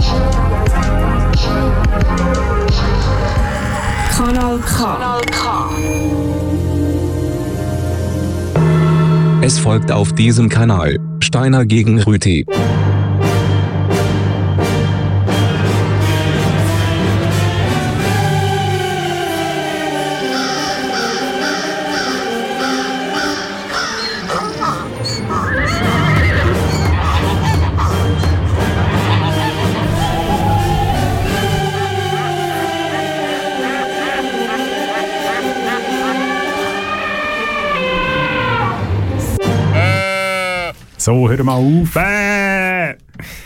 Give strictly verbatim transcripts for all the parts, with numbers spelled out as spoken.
Kanal K. Kanal K. Es folgt auf diesem Kanal Steiner gegen Rüti. So, hör mal auf. Äh.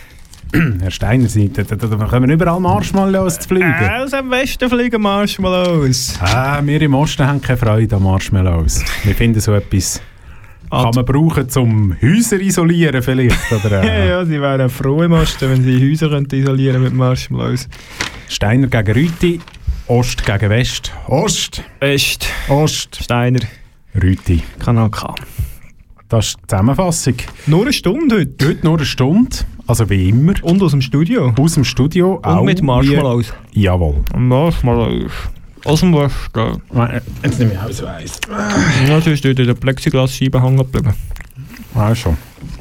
Herr Steiner, da, da, da können wir überall Marshmallows zu fliegen. Äh, aus dem Westen fliegen Marshmallows. Ah, wir im Osten haben keine Freude an Marshmallows. Wir finden so etwas, kann man brauchen, um Häuser isolieren vielleicht. Oder, äh. ja, ja, sie wären froh im Osten, wenn sie Häuser könnten isolieren mit Marshmallows. Steiner gegen Rüti, Ost gegen West. Ost. West. Ost. Steiner. Rüti. Kanal K. Das ist die Zusammenfassung. Nur eine Stunde heute? Heute nur eine Stunde, also wie immer. Und aus dem Studio? Aus dem Studio. Und auch mit Marshmallows? Wie, jawohl. Marshmallows. Aus dem Westen. Jetzt nehme ich auch so eins. Ja, das ist dort in der Plexiglasscheibe hängen geblieben. Ah, schon.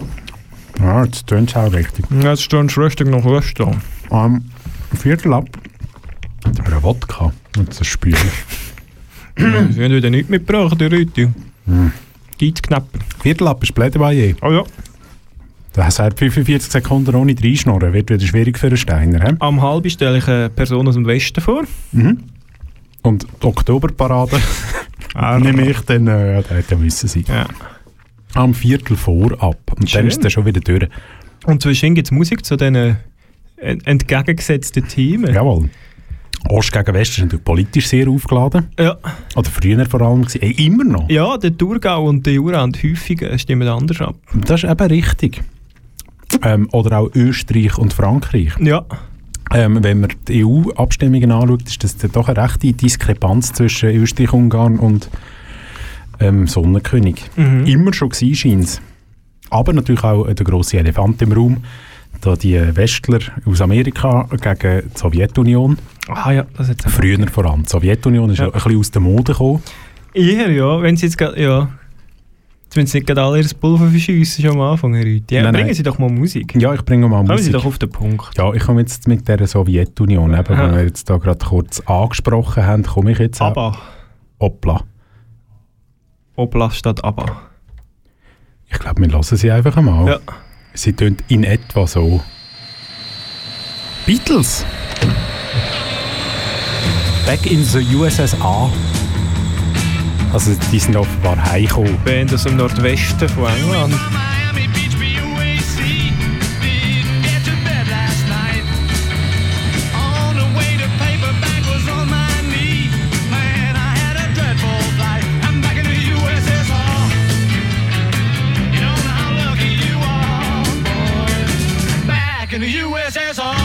Ja, jetzt tönt es auch richtig. Jetzt stehen sie richtig nach Westen. Am um, Viertel ab haben wir eine Wodka und das Spülen. Sie haben wieder nichts mitgebracht, die Leute. Mm. Geht's knapper. Viertel ab ist Plädoyer. Oh ja. Das heißt fünfundvierzig Sekunden ohne reinschnurren. Wird wieder schwierig für einen Steiner. He? Am halb stelle ich eine Person aus dem Westen vor. Mhm. Und die Oktoberparade ah, nehme ich dann, äh, ja, da müssen sie. Ja. Am Viertel vor ab. Und Schön. Dann ist es schon wieder durch. Und zwischen gibt es Musik zu diesen entgegengesetzten Themen. Jawohl. Ost gegen West ist natürlich politisch sehr aufgeladen. Ja. Oder früher vor allem. Ey, immer noch. Ja, der Thurgau und der Jura und häufig stimmen anders ab. Das ist eben richtig. Ähm, oder auch Österreich und Frankreich. Ja. Ähm, wenn man die E U-Abstimmungen anschaut, ist das doch eine rechte Diskrepanz zwischen Österreich, Ungarn und ähm, Sonnenkönig. Mhm. Immer schon gewesen, scheint es. Aber natürlich auch der grosse Elefant im Raum. Da die Westler aus Amerika gegen die Sowjetunion. Ah ja, das hat Früher vor allem. Die Sowjetunion ist ja ein bisschen aus der Mode gekommen. Eher, ja. Wenn sie jetzt gerade, ja. Wenn sie nicht gerade alle ihr Pulver verschiessen, schon am Anfang, Herr Rüthi. Ja, nein, bringen nein. Sie doch mal Musik. Ja, ich bringe mal Kommen Musik. Sie doch auf den Punkt. Ja, ich komme jetzt mit der Sowjetunion. Eben, wenn wir jetzt da gerade kurz angesprochen haben, komme ich jetzt ABBA. Hoppla. Hoppla statt ABBA. Ich glaube, wir lassen sie einfach einmal. Ja. Sie tönt in etwa so. Beatles. Back in the U S S R. Also die sind offenbar heimgekommen. Band aus dem Nordwesten von England. In the U S S R.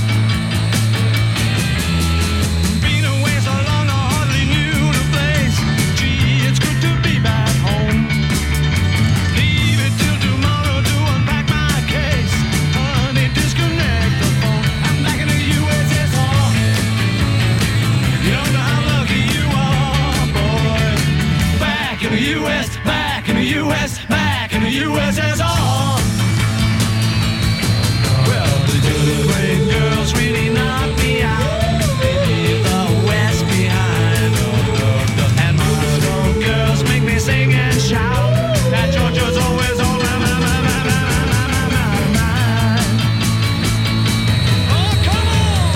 Been away so long I hardly knew the place. Gee, it's good to be back home. Leave it till tomorrow to unpack my case. Honey, disconnect the phone. I'm back in the U S S R. You don't know how lucky you are, boy. Back in the U S, back in the U S, back in the U S S R. The great girls really knock me out. They leave the West behind. And Moscow girls make me sing and shout. That Georgia's always on my, my, my, my, my, my, my, my mind. Oh, come on!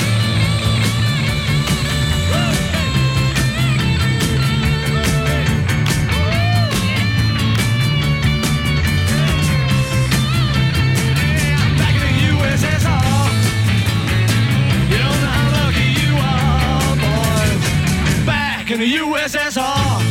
I'm back in the U S S R. You don't know how lucky you are, boys. Back in the U S S R.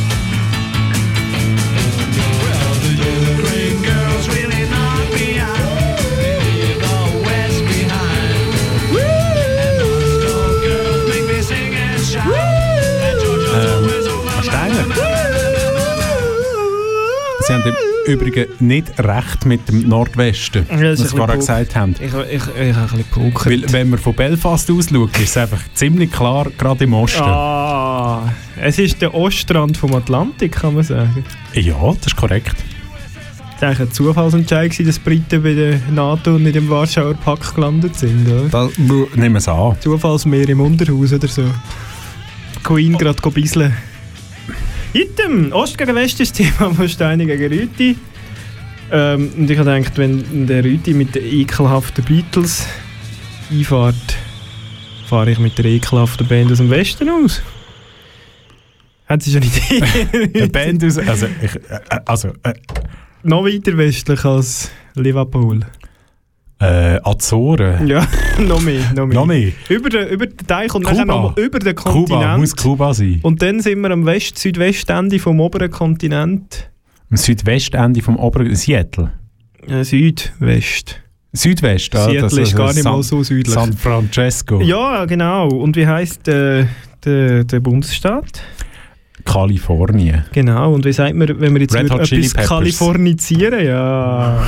Well, the Ukraine girls really knock me out. They leave the West behind. And Moscow girls make me sing and shout. That Georgia's always on my Steiner. Sie haben übrigens nicht recht mit dem Nordwesten, Ja, das was ist wir ein vorher bisschen gesagt haben. Ich, ich, ich, ich habe ein bisschen gepokert. Weil, wenn man von Belfast aus schaut, ist es einfach ziemlich klar, gerade im Osten. Ah, es ist der Ostrand vom Atlantik, kann man sagen. Ja, das ist korrekt. Das war eigentlich ein Zufallsentscheid, dass die Briten bei der NATO und nicht im Warschauer Pakt gelandet sind. Oder? Da nehmen wir es an. Zufallsmeer im Unterhaus oder so. Queen gerade bisseln. Item, Ost gegen West ist das Thema von Steini gegen Rüti. Ähm, und ich habe gedacht, wenn der Rüti mit den ekelhaften Beatles einfahrt, fahre ich mit der ekelhaften Band aus dem Westen aus. Haben Sie schon eine Idee? Eine Band aus... Also, ich, äh, also äh, Noch weiter westlich als Liverpool. äh, Azoren. Ja, noch mehr. Noch mehr. Noch mehr. Über den, über den Teich und Kuba. nachher noch über den Kuba, Kontinent. muss Kuba sein. Und dann sind wir am West Südwestende vom oberen Kontinent. Am Südwestende vom oberen Seattle. Äh, Südwest. Südwest, ah, Seattle das ist gar nicht San, mal so südlich. San Francesco. Ja, genau. Und wie heisst äh, der, der Bundesstaat? Kalifornien. Genau. Und wie sagt man, wenn wir jetzt Red würden Hot Chili etwas Peppers. kalifornizieren? Ja.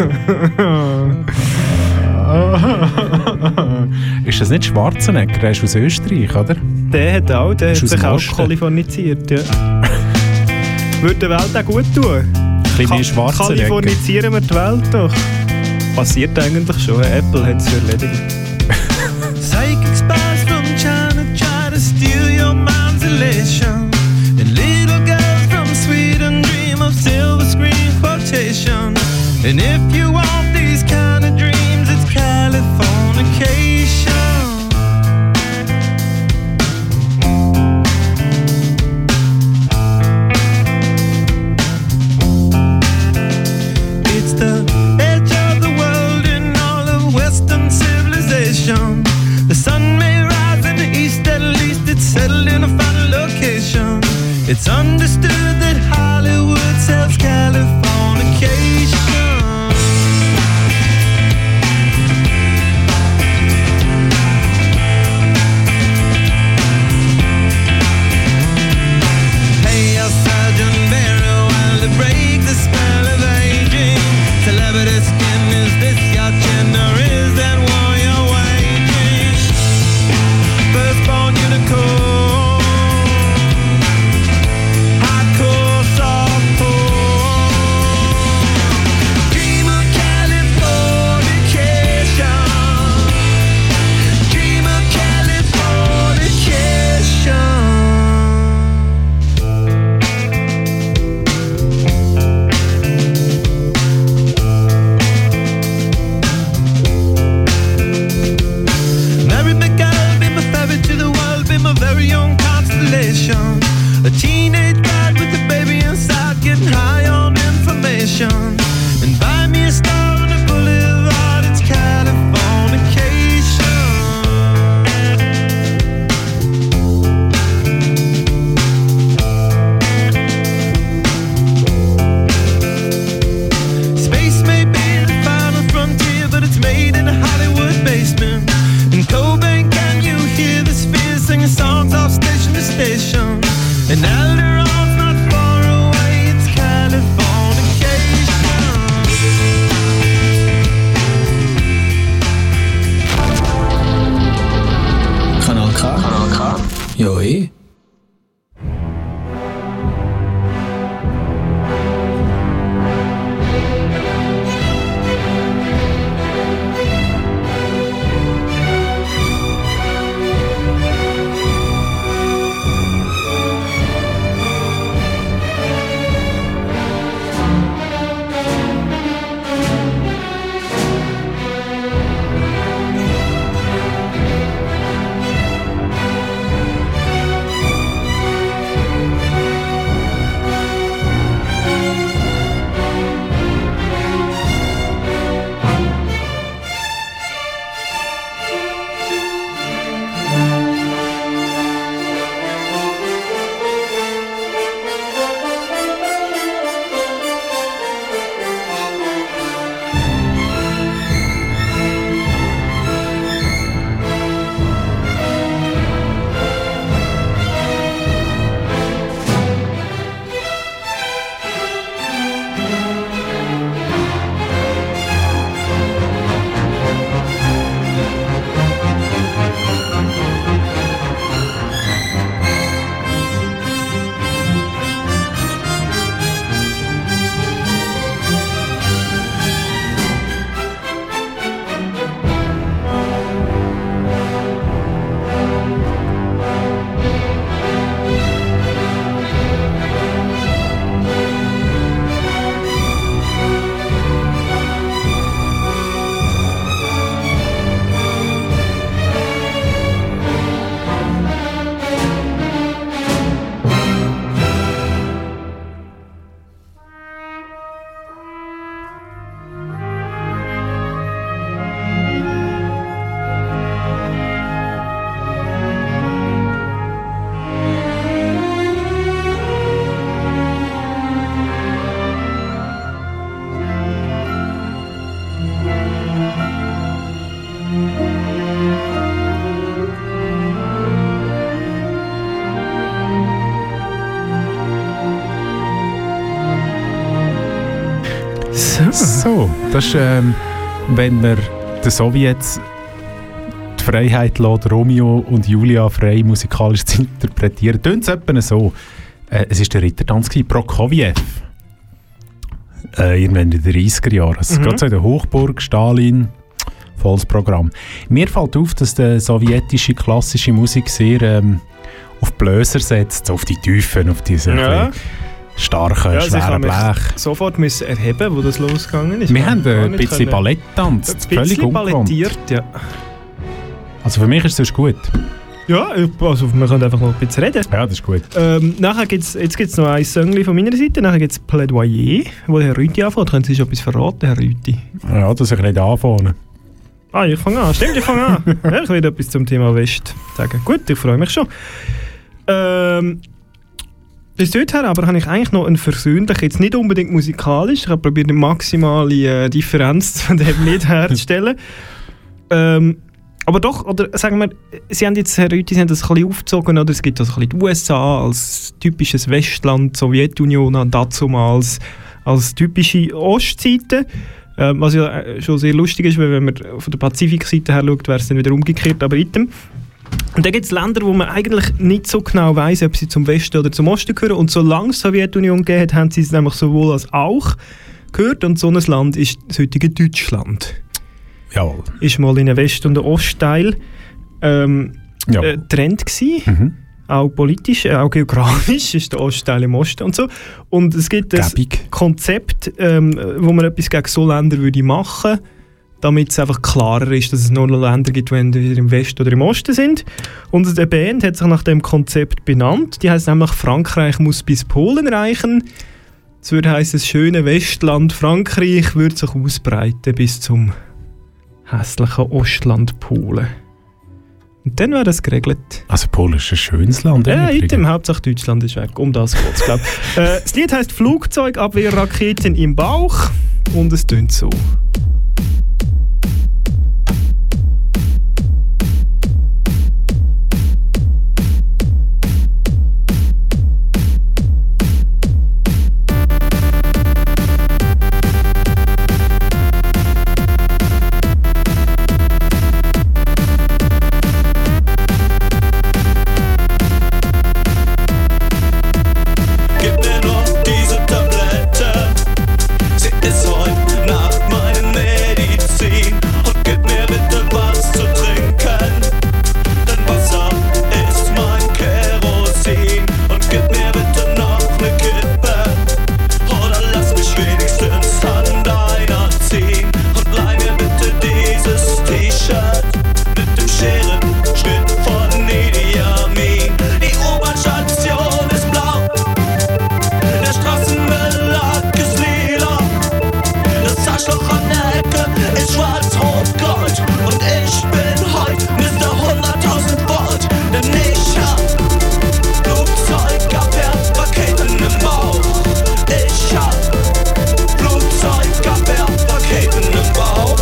Ist das nicht Schwarzenegger? Der ist aus Österreich, oder? Der hat auch, der hat Ist aus sich dem auch Osten. kaliforniziert. Ja. Würde der Welt auch gut tun. Ein bisschen mehr Schwarzenegger. Kalifornizieren wir die Welt doch. Passiert eigentlich schon. Apple hat es erledigt. Psychic spies from China try to steal your mind's elation. And little girls from Sweden dream of silver screen quotation. And if you want these kind of dreams, it's Californication. It's the edge of the world in all of Western civilization. The sun may rise in the east, at least it's settled in a final location. It's understood that Hollywood sells Californication. Hey, your Sergeant Barry, while to break the spell of aging. Celebrity skin, is this your chin or is that war you're waging? Firstborn unicorn, hardcore softcore. Dream of Californication. Dream of Californication. Mary McGill, be my ferry to the world, be my very own constellation. A teenage bride with a baby inside, getting high on information. And buy me a star on a boulevard, it's Californication. Space may be the final frontier, but it's made in a Hollywood basement. In Cobain, can you hear the spheres singing songs off station to station? And Alderon's not far away, it's Californication. Kanal K. Kanal K. Ja, eh. Das ist, ähm, wenn wir den Sowjets die Freiheit lässt, Romeo und Julia frei musikalisch zu interpretieren. Tönt es etwa so. Äh, es war der Rittertanz, Prokofjew. Äh, irgendwann in den dreißiger Jahren. Also Mhm. gerade so in der Hochburg, Stalin, volles Programm. Mir fällt auf, dass die sowjetische klassische Musik sehr ähm, auf Bläser setzt, so auf die Tiefen, auf diese Ja. ein bisschen starken, Ja, also ich schweren habe Blech. mich sofort müssen erheben, wo das losgegangen ist. Wir haben Gar ein nicht bisschen können- Ballett getanzt, Ein völlig bisschen ungewohnt. ballettiert, ja. Also für mich ist es gut. Ja, ich- also wir können einfach noch ein bisschen reden. Ja, das ist gut. Ähm, nachher gibt's, jetzt gibt es noch ein Song von meiner Seite, nachher gibt es Plädoyer, wo der Herr Rüti anfängt. Können Sie schon etwas verraten, Herr Rüti? Ja, dass ich nicht anfange. Ah, ich fange an. Stimmt, ich fange an. Ja, ich will etwas zum Thema West sagen. Gut, ich freue mich schon. Ähm, bis dorthin aber habe ich eigentlich noch einen versöhnlichen, jetzt nicht unbedingt musikalisch, ich habe probiert, eine maximale äh, Differenz von dem nicht herzustellen. ähm, aber doch, oder sagen wir, Sie haben jetzt, Herr Rüthi, Sie haben das ein bisschen aufgezogen, oder es gibt also ein bisschen die U S A als typisches Westland, Sowjetunion dazumals als typische Ostseite. Ähm, was ja äh, schon sehr lustig ist, weil wenn man von der Pazifikseite her schaut, wäre es dann wieder umgekehrt, aber item. Und dann gibt es Länder, wo man eigentlich nicht so genau weiss, ob sie zum Westen oder zum Osten gehören. Und solange es die Sowjetunion gegeben hat, haben sie es nämlich sowohl als auch gehört. Und so ein Land ist das heutige Deutschland. Jawohl. Ist mal in den West- und den Ostteil ähm, Ja. äh, Trend gewesen. Mhm. Auch politisch, äh, auch geografisch ist der Ostteil im Osten und so. Und es gibt ein Gäbig. Konzept, ähm, wo man etwas gegen so Länder würde machen, damit es einfach klarer ist, dass es nur noch Länder gibt, die entweder im Westen oder im Osten sind. Und eine Band hat sich nach dem Konzept benannt. Die heisst nämlich «Frankreich muss bis Polen reichen». Das würde heißen, das schöne Westland Frankreich würde sich ausbreiten bis zum hässlichen Ostland Polen. Und dann wäre das geregelt. Also Polen ist ein schönes Land. im Ja, Übrigen. item, Hauptsache Deutschland ist weg. Um das geht es, glaube ich. äh, das Lied heisst «Flugzeugabwehrraketen im Bauch» und es tönt so. Gib mir nur diese Tablette. Sie ist heute Nacht meine Medizin. Und gib mir bitte was zu trinken. Denn Wasser ist mein Kerosin. Und gib mir bitte noch ne Kippe. Oder lass mich wenigstens an deiner ziehen. Und leih mir bitte dieses T-Shirt mit dem Scherenschnitt von Idi Amin. Die U-Bahn-Station ist blau. Der Straßenbelag ist lila. Das Arschloch an der Ecke ist schwarz-rot-gold. Und ich bin heut Mister hunderttausend Volt. Denn ich hab Flugzeugabwehr, Raketen im Bauch. Ich hab Flugzeugabwehr, Raketen im Bauch.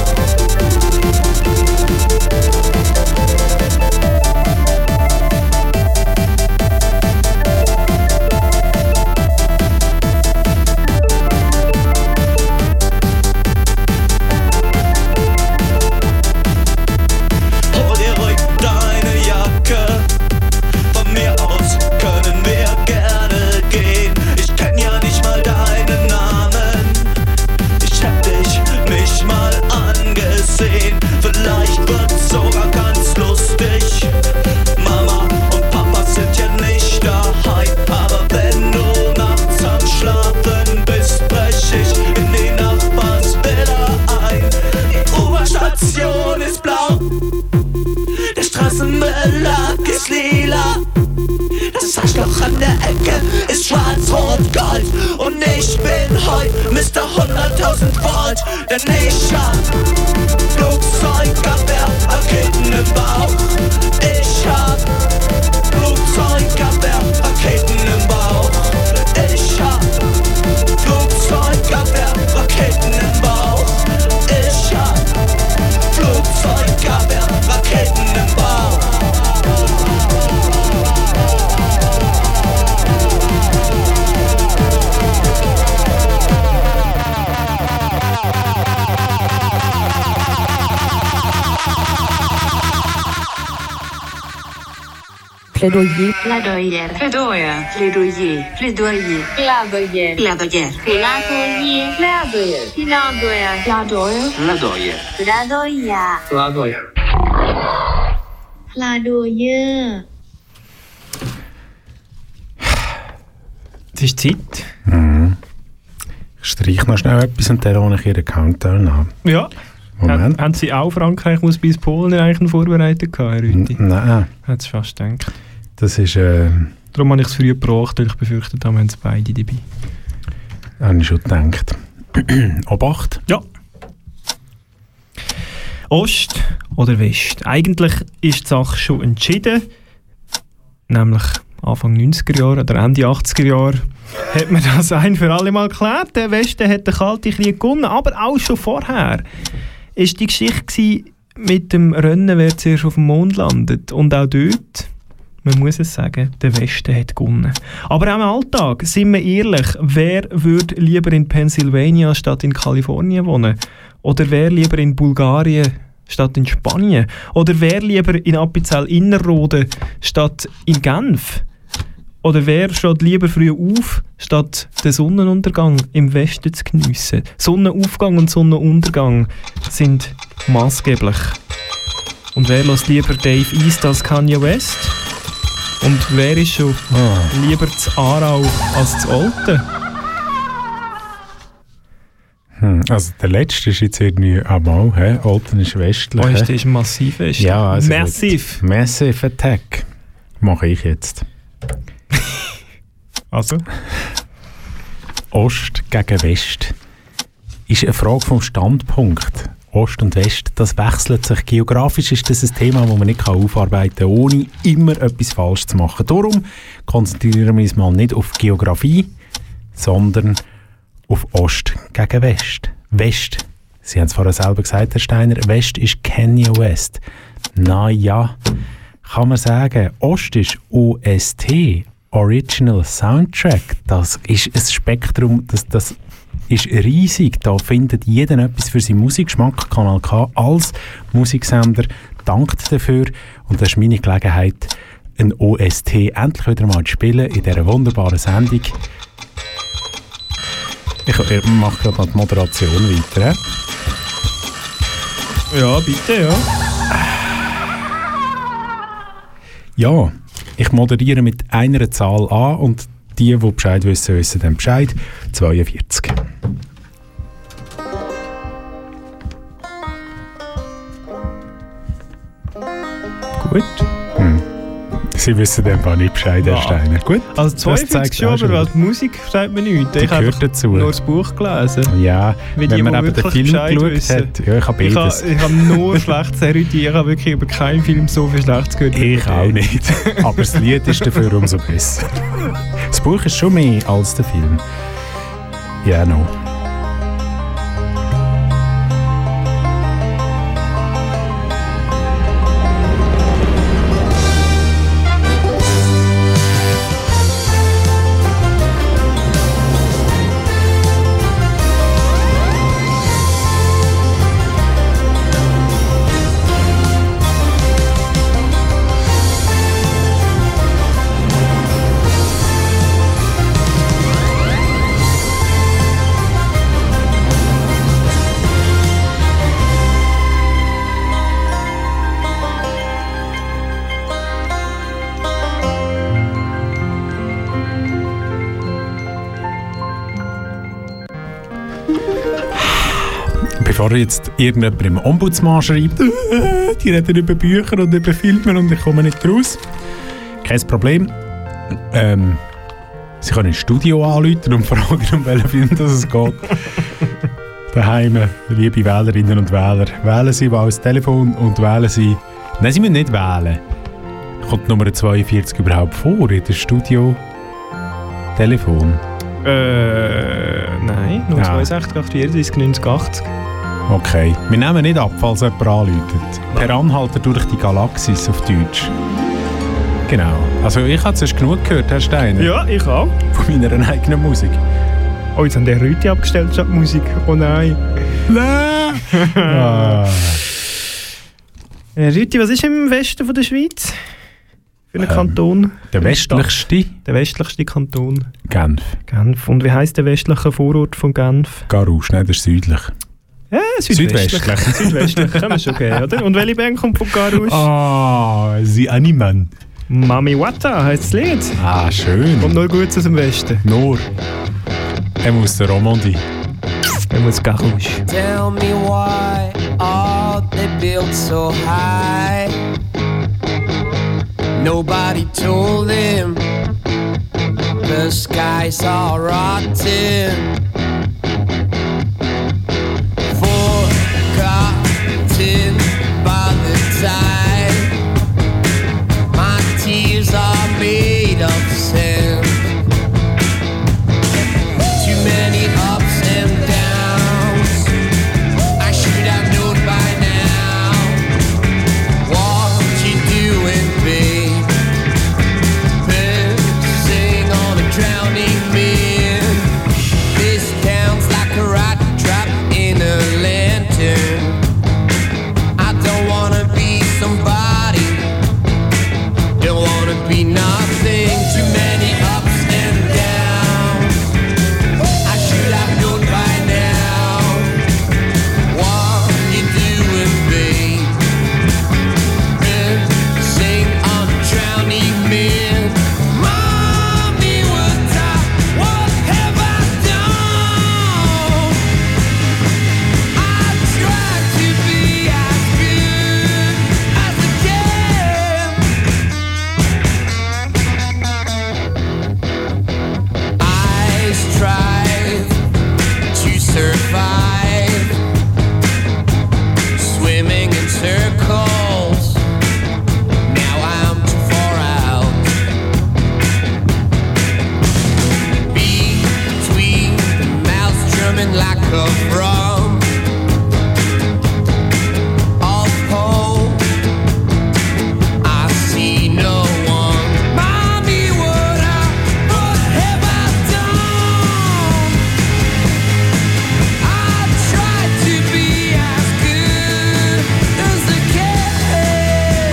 Hol dir ruhig deine Jacke. Von mir aus können wir gerne gehen. Ich kenn ja nicht mal deinen Namen. Ich hab dich nicht mal angesehen. Vielleicht wird's sogar ganz lustig. Mama und Papa sind ja nicht daheim. Aber wenn du nachts am Schlafen bist, brech ich in die Nachbarsvilla ein. Die U-Bahn-Station ist blau. Der Straßenbelag ist lila. Das Arschloch an der Ecke ist schwarz-rot-gold. Und ich bin heut Mister hunderttausend Volt. Denn ich hab Flugzeugabwehr, Raketen im Bauch. Ich hab Flugzeugabwehr, Raketen im Bauch. Ich hab Flugzeugabwehr, Raketen im Bauch. Ich hab Flugzeugabwehr, Raketen im Bauch. Plädoyer. Plädoyer. Plädoyer. Plädoyer. Plädoyer. Plädoyer. Plädoyer. Plädoyer. Plädoyer. Plädoyer. Plädoyer. Plädoyer. Plädoyer. Plädoyer. Es ist Zeit. Mhm. Ich streiche noch schnell etwas und dann lohne ich ihren Countdown an. Ja. Moment. Haben Sie auch Frankreich muss bis Polen eigentlich einen vorbereitet gehabt, Herr Rüthi? N- Nein, Hat es fast gedacht. das ist, äh, Darum habe ich es früh gebracht, weil ich befürchtet habe, wir haben es beide dabei. habe ich schon gedacht. Obacht. Ja. Ost oder West? Eigentlich ist die Sache schon entschieden. Nämlich Anfang neunziger Jahre oder Ende achtziger Jahre hat man das ein für alle Mal geklärt. Der Westen hat den Kalten Krieg gewonnen, aber auch schon vorher ist die Geschichte gewesen mit dem Rennen, wer zuerst auf dem Mond landet. Und auch dort, man muss es sagen, der Westen hat gewonnen. Aber auch im Alltag, sind wir ehrlich, wer würde lieber in Pennsylvania statt in Kalifornien wohnen? Oder wer lieber in Bulgarien statt in Spanien? Oder wer lieber in Appenzell-Innerrhoden statt in Genf? Oder wer steht lieber früh auf, statt den Sonnenuntergang im Westen zu geniessen? Sonnenaufgang und Sonnenuntergang sind maßgeblich. Und wer lässt lieber Dave East als Kanye West? Und wer ist schon Ah. lieber zu Aarau als zu Olten? Hm. Also der letzte ist jetzt irgendwie einmal, hä? Olten ist westlich. Oh, hä? ist das ein massiv? Ist Ja, also massiv. gut. Massive Attack. Mache ich jetzt. Also? Ost gegen West ist eine Frage vom Standpunkt. Ost und West, das wechselt sich. Geografisch ist das ein Thema, das man nicht aufarbeiten kann, ohne immer etwas falsch zu machen. Darum konzentrieren wir uns mal nicht auf Geografie, sondern auf Ost gegen West. West, Sie haben es vorher selber gesagt, Herr Steiner, West ist Kanye West. Na ja, kann man sagen, Ost ist O S T, Original Soundtrack. Das ist ein Spektrum, das, das ist riesig. Da findet jeder etwas für seinen Musikgeschmack. Kanal K als Musiksender dankt dafür. Und das ist meine Gelegenheit, ein O S T endlich wieder mal zu spielen in dieser wunderbaren Sendung. Ich, ich mache gerade noch die Moderation weiter. He? Ja, bitte, ja. Ja, ich moderiere mit einer Zahl an und die, die Bescheid wissen, wissen dann Bescheid. zweiundvierzig. Gut. Hm. Sie wissen dann einfach nicht Bescheid, Herr Ja. Steiner. Gut. Also Das zweiundvierzig zeigt schon, auch aber schon weil wieder. die Musik sagt mir nichts. Die Ich habe gehört einfach dazu. nur das Buch gelesen. Ja, Wie die, wenn man die eben den wirklich Film Bescheid geschaut wissen. hat. Ja, ich habe Ich beides. habe, ich habe nur schlechtes Erudieren. Ich habe wirklich über keinen Film so viel Schlechtes gehört. wie Ich über auch den. nicht. Aber das Lied ist dafür umso besser. Das Buch ist schon mehr als der Film. Ja, no. Bevor jetzt irgendjemand im Ombudsmann schreibt, äh, die reden über Bücher und über Filme und ich komme nicht raus. Kein Problem. Ähm, Sie können ins Studio anrufen und fragen, um welchen Film das es geht. Daheim, liebe Wählerinnen und Wähler, wählen Sie mal das Telefon und wählen Sie... Nein, Sie müssen nicht wählen. Kommt die Nummer zweiundvierzig überhaupt vor in das Studio? Telefon? Äh, nein. null zwei sechs acht vierunddreißig neunzig achtzig. Okay. Wir nehmen nicht ab, falls jemand anruft. Per Anhalter durch die Galaxis auf Deutsch. Genau. Also ich habe zuerst genug gehört, Herr Steiner. Ja, ich auch. Von meiner eigenen Musik. Oh, jetzt haben die Rüti abgestellt statt Musik. Oh nein. Nein! ah. Äh, Rüti, was ist im Westen von der Schweiz? für einen Ähm, Kanton? Der westlichste? Der westlichste Kanton. Genf. Genf. Und wie heisst der westliche Vorort von Genf? Garus, nein, das ist südlich. Ja, südwestlich. Südwestlich. Südwestlich, können wir schon geben, oder? Und welche Band kommt von Garus? Ah, sie Animan. Mami Wata heisst das Lied. Ah, schön. Kommt nur Gutes aus dem Westen. Nur. Er muss der Romandie. Er muss Garus. Tell me why are they built so high? Nobody told them the skies are rotten. Forgotten by the tide. My tears are made of sand. Too many ups and downs. I should have known by now what you're doing, babe. Pissing on a drowning man. This town's like a rat trap in a lantern. I don't wanna be somebody, don't wanna be nothing. Too many ups and downs. I should have known by now what you're doing, babe. Sing on a drowning man. Mommy, what I, what have I done? I tried to be as good as I can. I strive to survive, swimming in circles. Now I'm too far out. Between the mouths drumming like a drum of home, I see no one. Mommy, what I, what have I done? I tried to be as good as I can.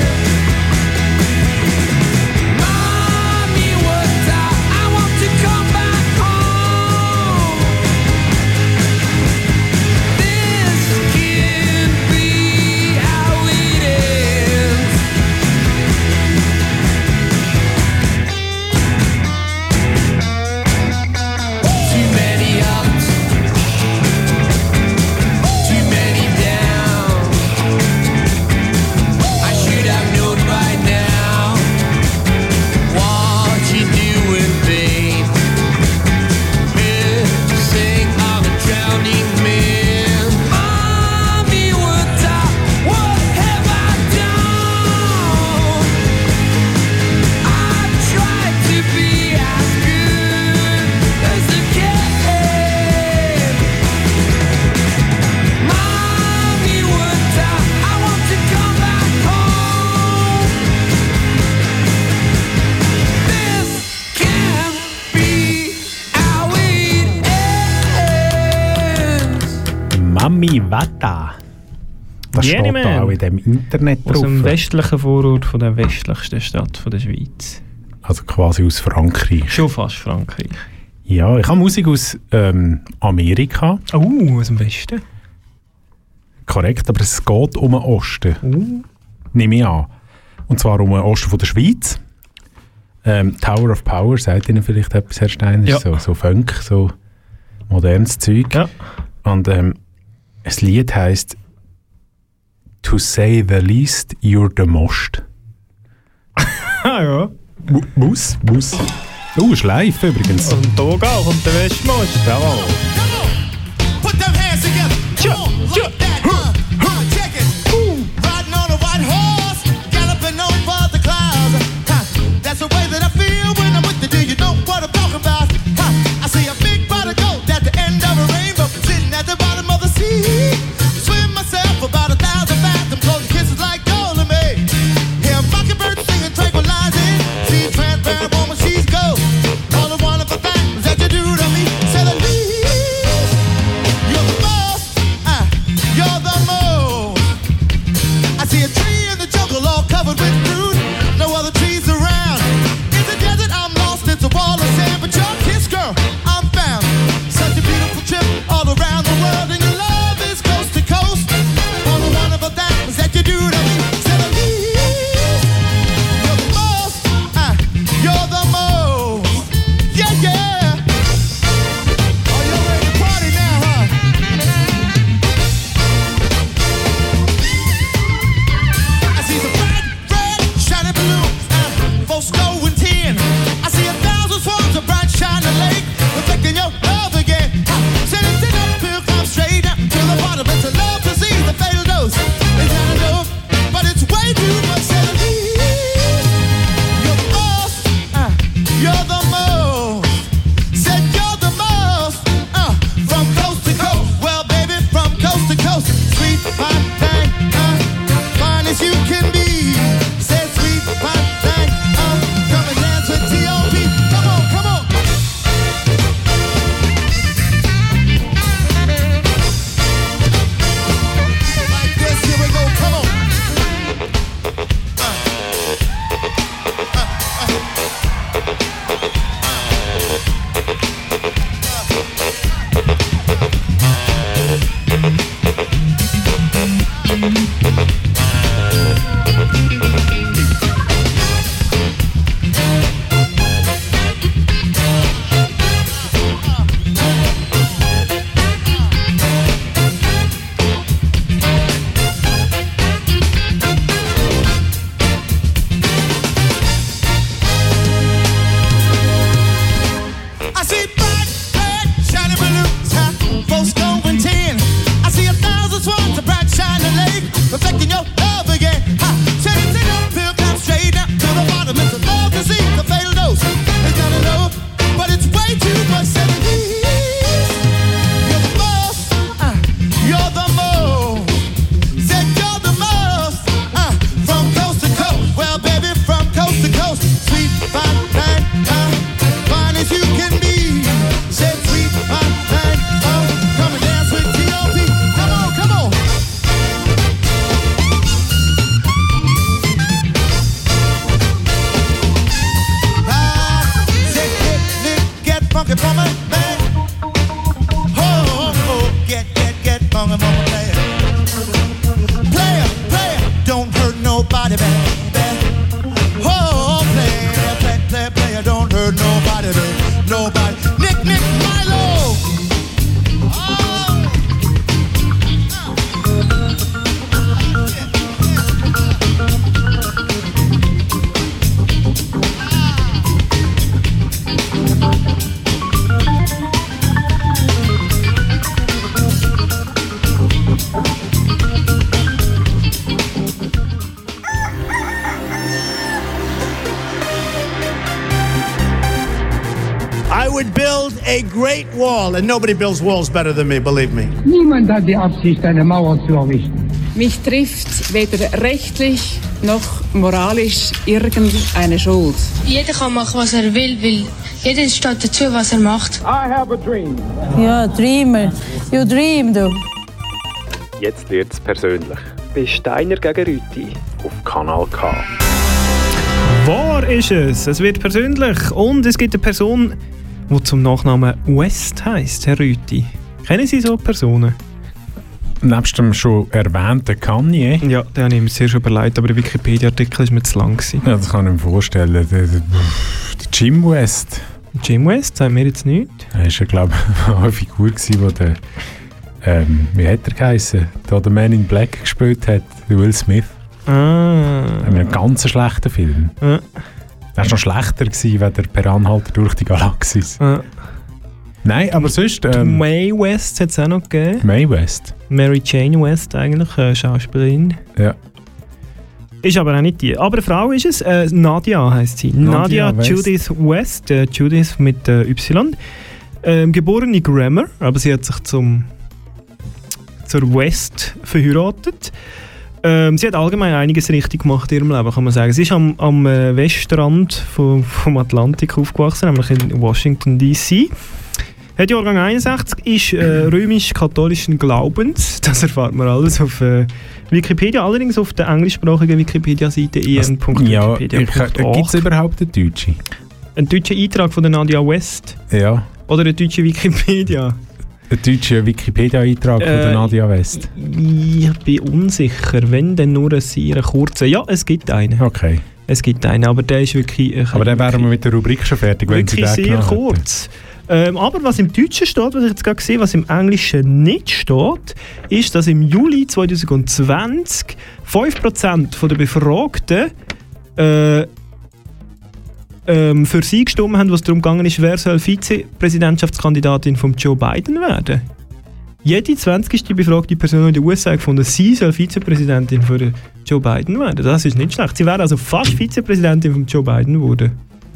Mommy, what I, I want to come back home. This can't be how it ends. Too many ups, too many downs. I should have known by now what you're doing, babe. Missing on a drowning man. Mommy, what I, what have I done? I tried to be as good as I can. Mommy, what I, I want to come back home. This can't be how it ends. Mami Wata. Das Jenny steht Man. da auch in dem Internet Aus drauf. dem westlichen Vorort von der westlichsten Stadt von der Schweiz. Also quasi aus Frankreich. Schon fast Frankreich. Ja, ich habe Musik aus ähm, Amerika. Oh, aus dem Westen. Korrekt, aber es geht um den Osten. Uh. Nehme ich an. Und zwar um den Osten von der Schweiz. Ähm, Tower of Power, sagt Ihnen vielleicht etwas, Herr Steiner? Ja. So, so Funk, so modernes Zeug. Ja. Und ähm, das Lied heisst To say the least, you're the most. Ah ja. Bus, Bus. Oh, ist live übrigens. Und Toga kommt der Westmost. Jawohl. Put them hands together. Come on, like that. Huh, huh, check it. Riding on a white horse, galloping over the clouds. Huh, that's the way that I feel when I'm with you. Do you know what I'm talking about? Huh, I see a big pot of gold at the end of a rainbow, sitting at the bottom of the sea. Swim myself about a thousand fathoms, holding kisses like gold to me. Hear mockingbirds singing tranquilizing. See transparent woman, she's gold. All the wonderful things that you do to me. Say the least, you're the most, uh, you're perfecting your love again. Ha! Say it, say it, pill come straight down to the bottom. It's a love disease, a fatal dose. It's not enough, but it's way too much. Say please, you're the most, uh, you're the most. Said you're the most, uh, from coast to coast. Well, baby, from coast to coast, sweet, fine, fine, uh, fine as you can be. Said sweet, fine, fine, oh, come and dance with T O P. Come on, come on. Ah, say get, get, get funky from a man. Oh, oh, oh, get, get, get funky from a man. Player, player, don't hurt nobody, baby. Oh, player, play, play, player, don't hurt nobody, baby. Nobody. Nick, Nick, Milo. Oh. I would build a great wall, and nobody builds walls better than me, believe me. Niemand hat die Absicht, eine Mauer zu errichten. Mich trifft weder rechtlich noch moralisch irgendeine Schuld. Jeder kann machen, was er will, weil jeder steht dazu, was er macht. I have a dream. Ja, Dreamer. You dream, du. Jetzt wird's persönlich. Bei Steiner gegen Rüti auf Kanal K. Wahr ist es. Es wird persönlich. Und es gibt eine Person, die zum Nachnamen West heisst, Herr Rüti. Kennen Sie so Personen? Nebst dem schon erwähnten Kanye. Ja, den habe ich mir sehr schon überlegt, aber der Wikipedia-Artikel war mir zu lang gewesen. Ja, das kann ich mir vorstellen. Der, der, der Jim West. Jim West, sagt mir jetzt nichts. Er war ja, glaube ich, eine Figur, die der, ähm, wie hat er geheißen, der The Man in Black gespielt hat, Will Smith. Ah. Ein ganz schlechter Film. Ja. Er war noch schlechter gewesen, als der Per Anhalter durch die Galaxis. Ja. Nein, aber sonst... Ähm, Mae West hat es auch noch gegeben. Mae West. Mary Jane West eigentlich, äh, Schauspielerin. Ja. Ist aber auch nicht die. Aber eine Frau ist es. Äh, Nadia heisst sie. Nadia, Nadia Judith West. Äh, Judith mit äh, Y. Ähm, geboren in Grammar, aber sie hat sich zum, zur West verheiratet. Ähm, sie hat allgemein einiges richtig gemacht in ihrem Leben, kann man sagen. Sie ist am, am äh, Westrand vom, vom Atlantik aufgewachsen, nämlich in Washington D C Hat Jahrgang einundsechzig, ist äh, römisch-katholischen Glaubens. Das erfahrt man alles auf äh, Wikipedia, allerdings auf der englischsprachigen Wikipedia-Seite e n punkt wikipedia punkt a c. Ja, gibt es überhaupt einen Deutschen? Einen deutschen Eintrag von der Nadia West? Ja. Oder eine deutsche Wikipedia? Ein deutscher Wikipedia-Eintrag äh, von der Nadia West? Ich bin unsicher, wenn dann nur ein sehr kurzer. Ja, es gibt einen. Okay. Es gibt einen, aber der ist wirklich... Äh, aber dann wären wir mit der Rubrik schon fertig, wenn Sie den sehr kurz. Ähm, aber was im Deutschen steht, was ich jetzt gerade sehe, was im Englischen nicht steht, ist, dass im Juli zwanzig zwanzig fünf Prozent der Befragten äh, ähm, für sie gestimmt haben, was darum gegangen ist, wer soll Vizepräsidentschaftskandidatin von Joe Biden werden. Jede zwanzigste befragte Person in den U S A gefunden, sie soll Vizepräsidentin von Joe Biden werden. Das ist nicht schlecht. Sie wäre also fast Vizepräsidentin von Joe Biden geworden.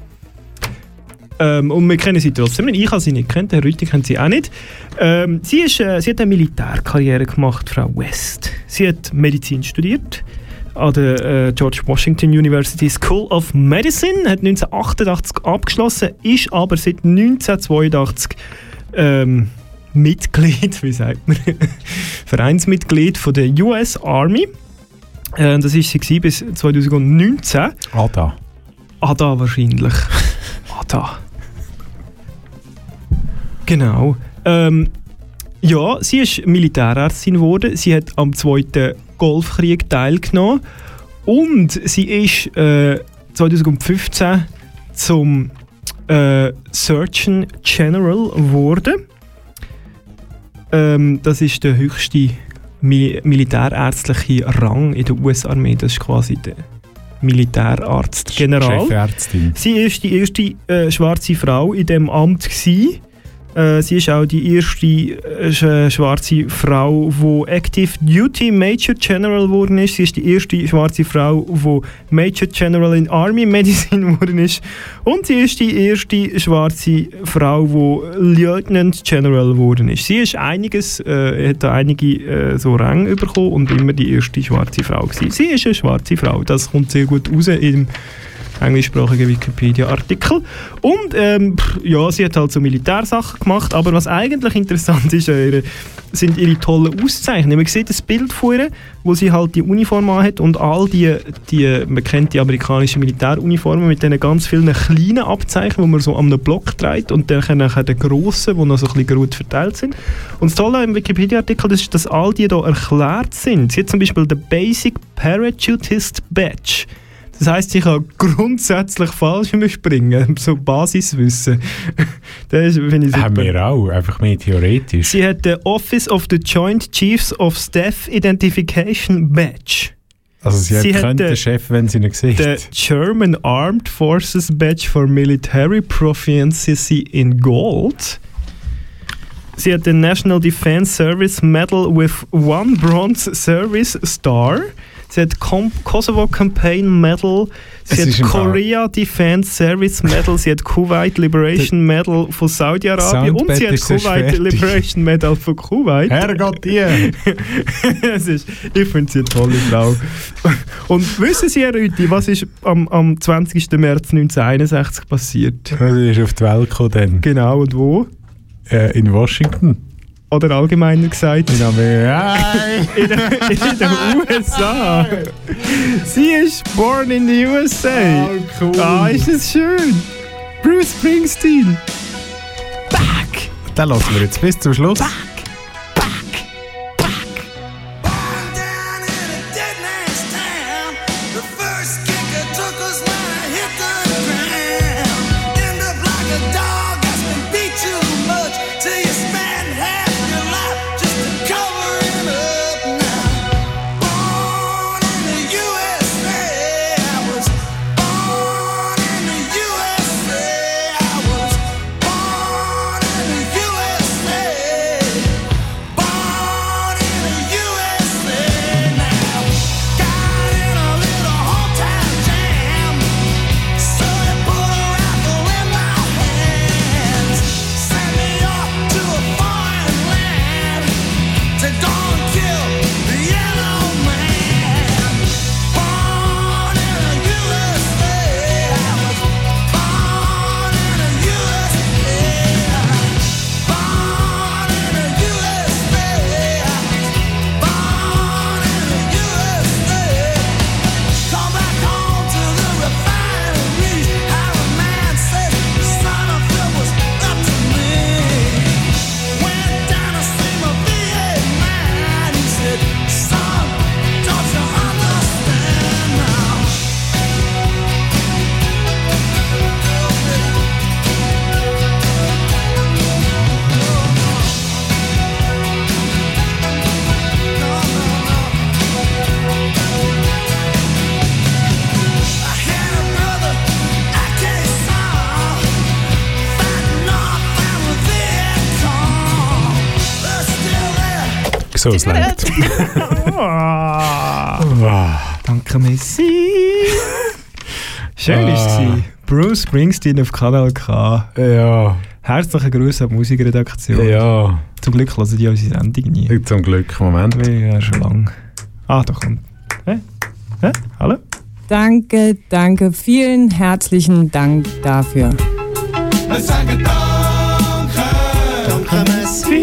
Ähm, und wir kennen sie trotzdem nicht. Ich habe sie nicht kennt, Herr Rüthi kennt sie auch nicht. Ähm, sie, ist, äh, sie hat eine Militärkarriere gemacht, Frau West. Sie hat Medizin studiert an der äh, George Washington University School of Medicine, hat neunzehnhundertachtundachtzig abgeschlossen, ist aber seit neunzehnhundertzweiundachtzig ähm, Mitglied, wie sagt man, Vereinsmitglied von der U S Army. Äh, das war sie bis zwanzig neunzehn. A D A. A D A wahrscheinlich. A D A. Genau. Ähm, ja, sie ist Militärärztin geworden. Sie hat am Zweiten Golfkrieg teilgenommen. Und sie ist äh, zwanzig fünfzehn zum äh, Surgeon General geworden. Ähm, das ist der höchste mi- militärärztliche Rang in der U S-Armee. Das ist quasi der Militärarzt General. Chefärztin. Sie war die erste äh, schwarze Frau in diesem Amt gewesen. Äh, sie ist auch die erste äh, schwarze Frau, die Active Duty Major General geworden ist. Sie ist die erste schwarze Frau, die Major General in Army Medicine geworden ist. Und sie ist die erste schwarze Frau, die Lieutenant General geworden ist. Sie ist einiges, äh, hat da einige äh, so Ränge bekommen und immer die erste schwarze Frau gewesen. Sie ist eine schwarze Frau. Das kommt sehr gut raus im englischsprachigen Wikipedia-Artikel. Und ähm, ja, sie hat halt so Militärsachen gemacht, aber was eigentlich interessant ist, äh, sind ihre tollen Auszeichnungen. Man sieht das Bild von ihr, wo sie halt die Uniform anhat und all die, die, man kennt die amerikanischen Militäruniformen mit diesen ganz vielen kleinen Abzeichen, die man so an einem Block trägt und dann nachher den grossen, die noch so ein bisschen gut verteilt sind. Und das Tolle im Wikipedia-Artikel ist, dass all die hier erklärt sind. Sie hat zum Beispiel den Basic Parachutist Badge. Das heisst, ich kann grundsätzlich Fallschirm springen, so Basiswissen. Das finde ich super. Haben wir auch, einfach mehr theoretisch. Sie hat den Office of the Joint Chiefs of Staff Identification Badge. Also sie, sie hat den Chef, wenn sie ihn sieht. Den German Armed Forces Badge for Military Proficiency in Gold. Sie hat den National Defense Service Medal with one Bronze Service Star. Sie hat Com- Kosovo Campaign Medal, sie es hat Korea Defense Service Medal, sie hat Kuwait Liberation Medal von Saudi-Arabien und sie hat Kuwait Liberation Medal von Kuwait. Herrgott, die! ist, ich finde sie eine tolle Frau. Und wissen Sie, Herr Rüthi, was ist am, am zwanzigsten März neunzehnhunderteinundsechzig passiert? Sie ist auf die Welt gekommen dann. Genau, und wo? Äh, in Washington. Oder allgemeiner gesagt, in, Amerika. in, den, in den U S A. Sie ist born in the U S A. Oh, cool. Ah, ist das schön. Bruce Springsteen. Back. Den lassen wir jetzt bis zum Schluss. Back. So, es langt. Danke, Messi. Schön war es. Bruce Springsteen auf Kanal K. Ja. Herzlichen Gruß an die Musikredaktion. Ja. Zum Glück hören die unsere Sendung nie. Zum Glück, Moment. Ja, schon lange. Ah, da kommt. Hä? Hä? Hallo? Danke, danke. Vielen herzlichen Dank dafür. Wir sagen Danke. Danke, Messi.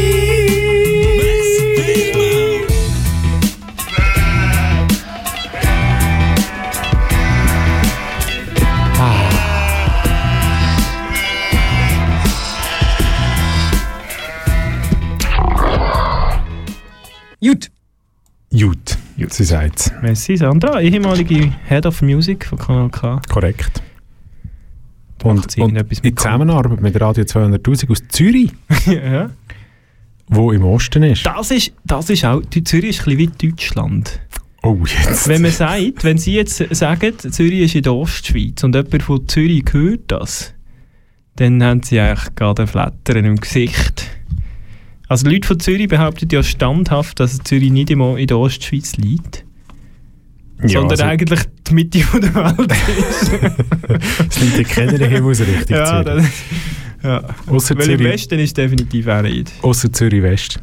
Gut. Gut. Gut. Sie sagt es. Messi Sandra, ehemalige Head of Music von Kanal K. Korrekt. Und, und in Zusammenarbeit mit Radio zweihunderttausend aus Zürich. Ja. Wo im Osten ist. Das ist, das ist auch, die Zürich ist ein bisschen wie Deutschland. Oh, jetzt. Wenn man sagt, wenn Sie jetzt sagen, Zürich ist in der Ostschweiz und jemand von Zürich hört das, dann haben sie eigentlich gerade ein Flattern im Gesicht. Also die Leute von Zürich behaupten ja standhaft, dass Zürich nicht immer in der Ostschweiz liegt. Ja, sondern also eigentlich die Mitte der Welt ist. Es liegt in keiner Himmelsrichtung. Ja, das, ja. Ausser Weil Zürich, im Westen ist es definitiv auch nicht. Ausser Zürich West.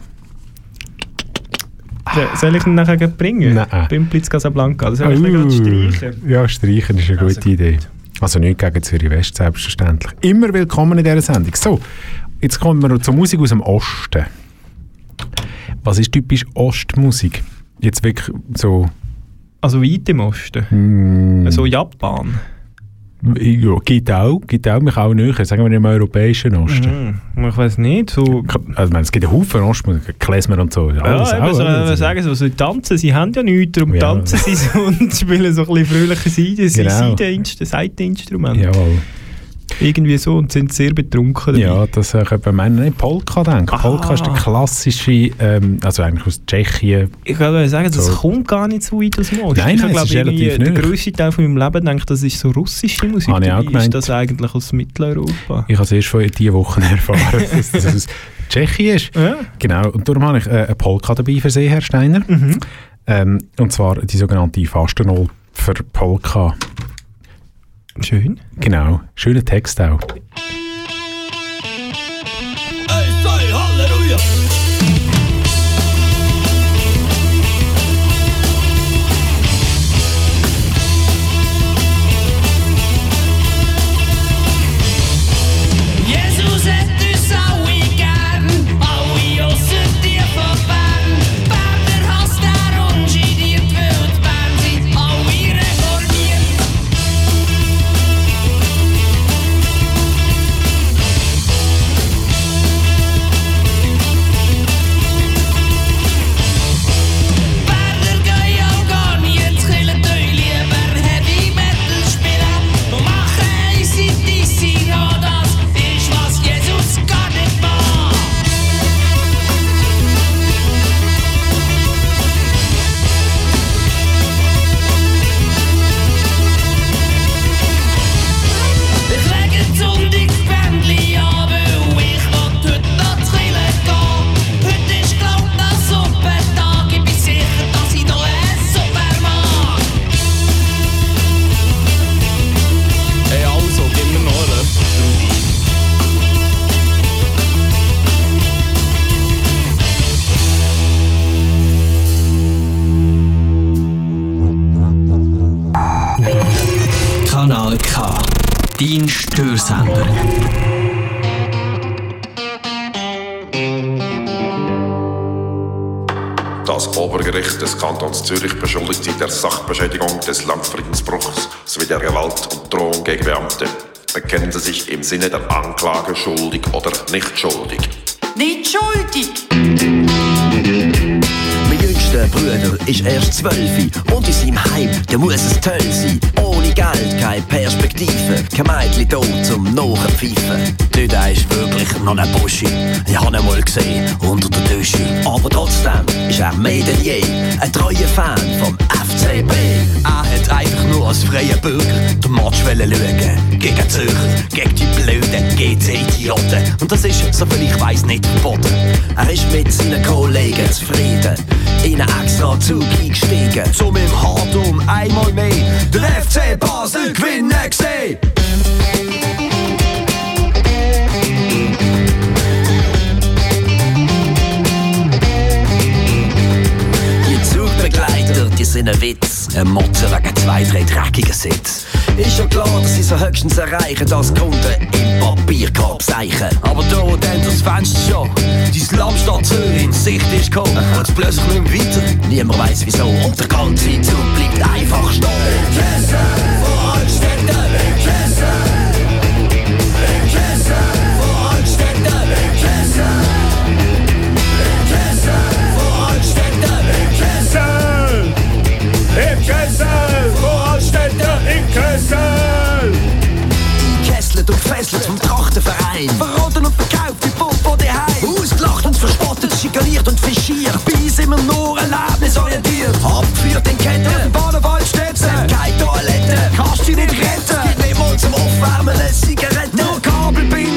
Ah. Soll ich ihn nachher bringen? Nein. Bimplitz Casablanca. Das soll ich mir gerade streichen. Ja, streichen ist eine gute also Idee. Also nicht gegen Zürich West, selbstverständlich. Immer willkommen in dieser Sendung. So, jetzt kommen wir noch zur Musik aus dem Osten. Was ist typisch Ostmusik? Jetzt wirklich so... Also weit im Osten? Mm. Also Japan? Ja, geht auch. Geht auch. Man kann auch näher. Sagen wir im europäischen Osten. Mm. Ich weiß nicht. So also, ich meine, es gibt einen Haufen Ostmusik, Klezmer und so. Ja, alles eben, auch, so, also. sagen so, so tanzen, sie haben ja nichts, darum ja. tanzen sie so und spielen so ein bisschen fröhliche Seite, genau. Seiteninstrumente. Jawohl. Irgendwie so und sind sehr betrunken dabei. Ja, das äh, könnte man meinen. Polka denken. Ah. Polka ist der klassische, ähm, also eigentlich aus Tschechien. Ich kann sagen, das so. kommt gar nicht so weit aus dem Osten. Nein, ich nein, glaube, ist relativ der grösste Teil von meinem Leben denkt, das ist so russische Musik. Habe ich auch gemeint. Ist das eigentlich aus Mitteleuropa? Ich habe es erst vor dieser Woche erfahren, dass das aus Tschechien ist. Ja. Genau, und darum habe ich äh, eine Polka dabei für Sie, Herr Steiner. Mhm. Ähm, und zwar die sogenannte Fastenol für Polka. Schön. Genau, schöner Text auch. Hey, say Halleluja! Jesus hat uns alle gern, alle ausser dir von Bern. Berner hasst er unscheidiert, weil die Bern sind alle reformiert. Berner gehen auch gar nie ins Kirchen, tun lieber Heavy Metal spielen und machen A C D C, ja das ist, was Jesus gar nicht mag. Ich lege ein Sonntagsbändli an, weil ich will heute noch zur Kirche gehen. Heute ist glaub noch Suppentag, ich bin sicher, dass ich noch eine Suppe mag. Hey, also, gib mir noch einen Rudi. Kanal K. Dein Störsender. Das Obergericht des Kantons Zürich beschuldigt sie der Sachbeschädigung des Landfriedensbruchs sowie der Gewalt und Drohung gegen Beamte. Bekennen Sie sich im Sinne der Anklage schuldig oder nicht schuldig? Nicht schuldig! Mein jüngster Bruder ist erst zwölf und in seinem Heim, da muss es toll sein. Ohne Geld, keine Perspektive, kein Mädchen da zum Nachpfeifen. Dort ist wirklich noch ein Buschi, ich hab ihn mal gesehen, unter der Dusche. Aber trotzdem ist er mehr denn je ein treuer Fan vom F C B. Er hat einfach nur als freier Bürger den Match schauen, gegen Zürcher, gegen die blöden G C-Idioten. Und das ist, soviel ich weiss, nicht verboten. Er ist mit seinen Kollegen zufrieden, in einen extra Zug eingestiegen, um im Hardum einmal mehr den F C Basel gewinnen gesehen. Die Zugbegleiter, die sind ein Witz, ein Motzen wegen zwei, drei dreckigen Sitz. Ist schon klar, dass sie so höchstens erreichen, dass Kunden im Papierkorb seichen. Aber da dann das Fenster schon, die Lammstadt Zürich in Sicht ist gekommen. Und es plötzlich nicht mehr weiter, niemand weiss wieso. Und der ganze Zug bleibt einfach stehen. Kesse von Altstädten, Kesse, Kesse von Altstädten, Kesse, Kesse von Altstädten, Kesse, im Kessel von Altstädten, im Kessel. Eingekesselt und gefesselt vom Trachtenverein, verraten und verkauft wie Popo daheim. Ausgelacht und verspottet, schikaniert und fischiert, bei sind wir nur erlebnisorientiert. Abgeführt in Ketten, im Badenwald steht's, keine Toilette, kannst dich nicht retten. Gibt niemals zum Aufwärmen eine Zigarette, nur Kabelbild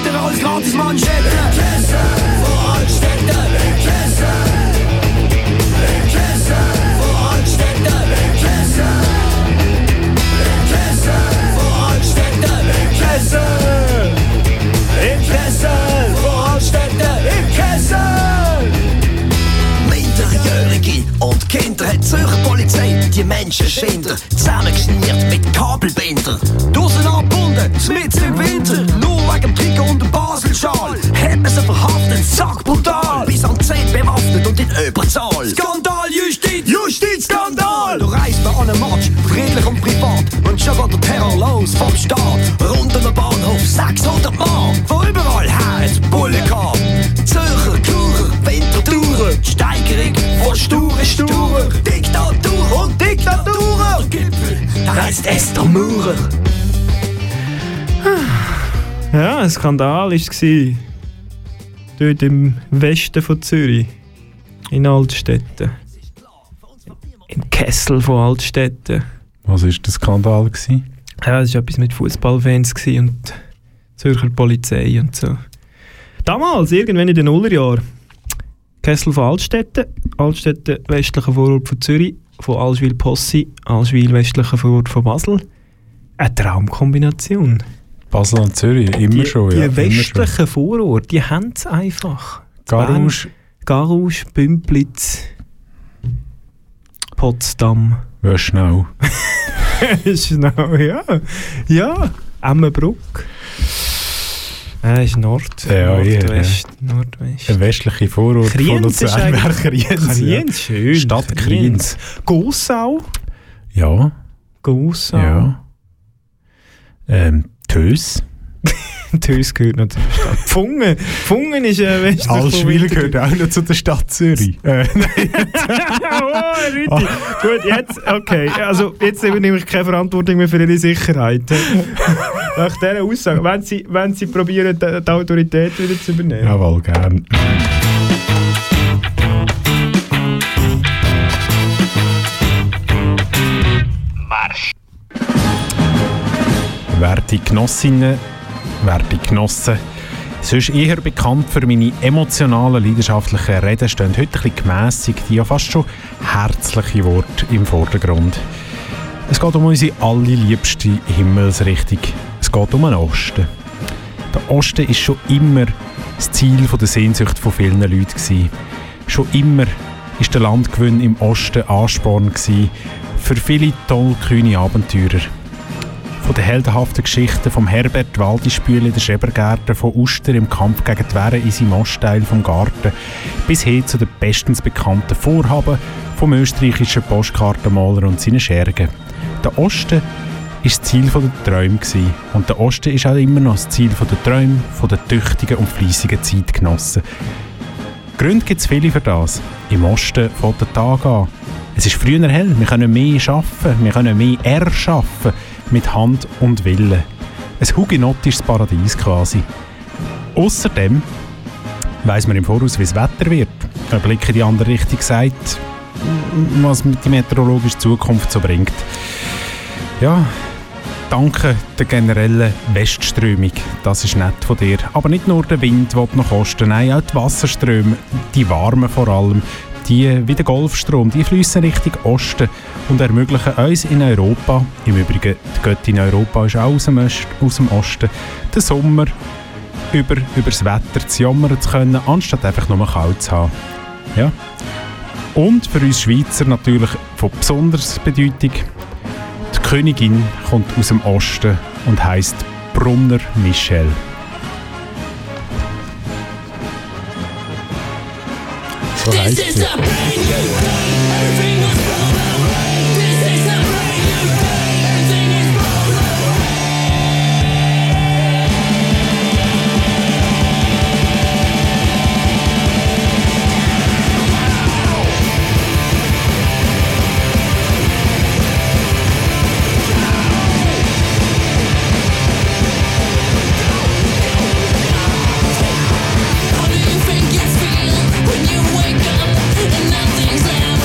Menschenschinder, zusammengeschnürt mit Kabelbinder. Draussen angebunden, mitten im Winter, nur wegen dem Trikot und dem Baselschal. Hat man sie verhaftet, zack, brutal. Bis an die Zähne bewaffnet und in Überzahl. Skandal, Justiz, Justiz, Skandal. Da reist man an einem Match, friedlich und privat. Und schon geht der Terror los vom Staat. Rund um den Bahnhof sechshundert Mann. Von überall her hat Bullen gehabt. Zürcher, Churer, Winterthurer. Steigerung von Sture, Sture. Diktatur und Diktaturer. Der Gipfel, der heisst Esther Maurer. Ja, ein Skandal war es. Dort im Westen von Zürich. In Altstetten. Im Kessel von Altstetten. Was war der Skandal? Gewesen? Ja, das war etwas mit Fußballfans und Zürcher Polizei und so. Damals, irgendwann in den Nullerjahren. Kessel von Altstetten. Altstetten, westlicher Vorort von Zürich. Von Allschwil-Possi. Allschwil, westlicher Vorort von Basel. Eine Traumkombination. Basel und Zürich, immer die, schon. Die ja, westlichen Vororte, die haben es einfach. Garausch. Garausch, Bümplitz, Potsdam. Wöschnau. Schnau, ja. Ja, Emmenbruck. Äh, ist Nord, ja, Nordwest, ja. Nordwest. Ein westlicher Vorort Kriens von Luzern wäre Kriens. Kriens, schön. Stadt Kriens. Gossau. Ja. Gossau. Ja. Ähm, Tös. Tös gehört noch zur Stadt. Pfungen. Pfungen ist ein westlicher Allschwil gehört auch noch zu der Stadt Zürich. Äh, oh, Rüti. Gut, jetzt, okay. Also, jetzt übernehme ich keine Verantwortung mehr für Ihre Sicherheit. Nach dieser Aussage, wenn Sie, wenn Sie probieren, die, die Autorität wieder zu übernehmen. Jawohl, gern. Marsch. Werte Genossinnen, werte Genossen, sonst eher bekannt für meine emotionalen, leidenschaftlichen Reden, stehen heute ein bisschen gemässig, die ja fast schon herzliche Worte im Vordergrund. Es geht um unsere allerliebste Himmelsrichtung. Es geht um den Osten. Der Osten ist schon immer das Ziel der Sehnsucht von vielen Leuten gewesen. Schon immer war der Landgewinn im Osten Ansporn gewesen für viele tollkühne Abenteurer. Von den heldenhaften Geschichten von Herbert Waldispühl in der Schrebergärten, von Uster im Kampf gegen die Wehren in seinem Ostteil vom Garten, bis hin zu den bestens bekannten Vorhaben vom österreichischen Postkartenmaler und seinen Schergen. Der Osten war das Ziel der Träume gewesen. Und der Osten ist auch immer noch das Ziel der Träume, der tüchtigen und fleissigen Zeitgenossen. Gründe gibt es viele für das. Im Osten fängt der Tag an. Es ist früher hell, wir können mehr arbeiten, wir können mehr erschaffen, mit Hand und Willen. Ein hugenottisches Paradies quasi. Außerdem weiss man im Voraus, wie das Wetter wird. Ein Blick in die andere Richtung sagt, was die meteorologische Zukunft so bringt. Ja, danke der generellen Westströmung. Das ist nett von dir. Aber nicht nur der Wind will noch kosten, nein, auch die Wasserströme, die warmen vor allem, die wie der Golfstrom, die fließen Richtung Osten und ermöglichen uns in Europa, im Übrigen die Göttin Europa ist auch aus dem, Ost, aus dem Osten, den Sommer über, über das Wetter zu jammern zu können, anstatt einfach nur kalt zu haben. Ja. Und für uns Schweizer natürlich von besonderer Bedeutung, die Königin kommt aus dem Osten und heisst Brunner Michelle. So heisst sie. When you wake up and nothing's left